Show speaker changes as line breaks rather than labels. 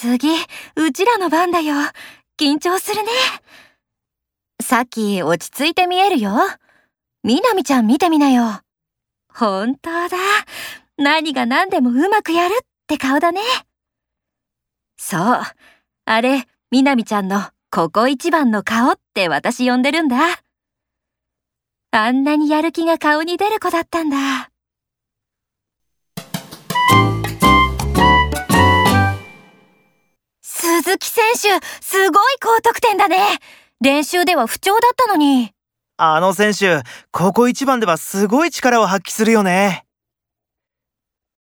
次、うちらの番だよ。緊張するね。さっき落ち着いて見えるよ。みなみちゃん見てみなよ。本当だ。何が何でもうまくやるって顔だね。そう。あれ、みなみちゃんのここ一番の顔って私呼んでるんだ。あんなにやる気が顔に出る子だったんだ。鈴木選手、すごい高得点だね。練習では不調だったのに。
あの選手、ここ一番ではすごい力を発揮するよね。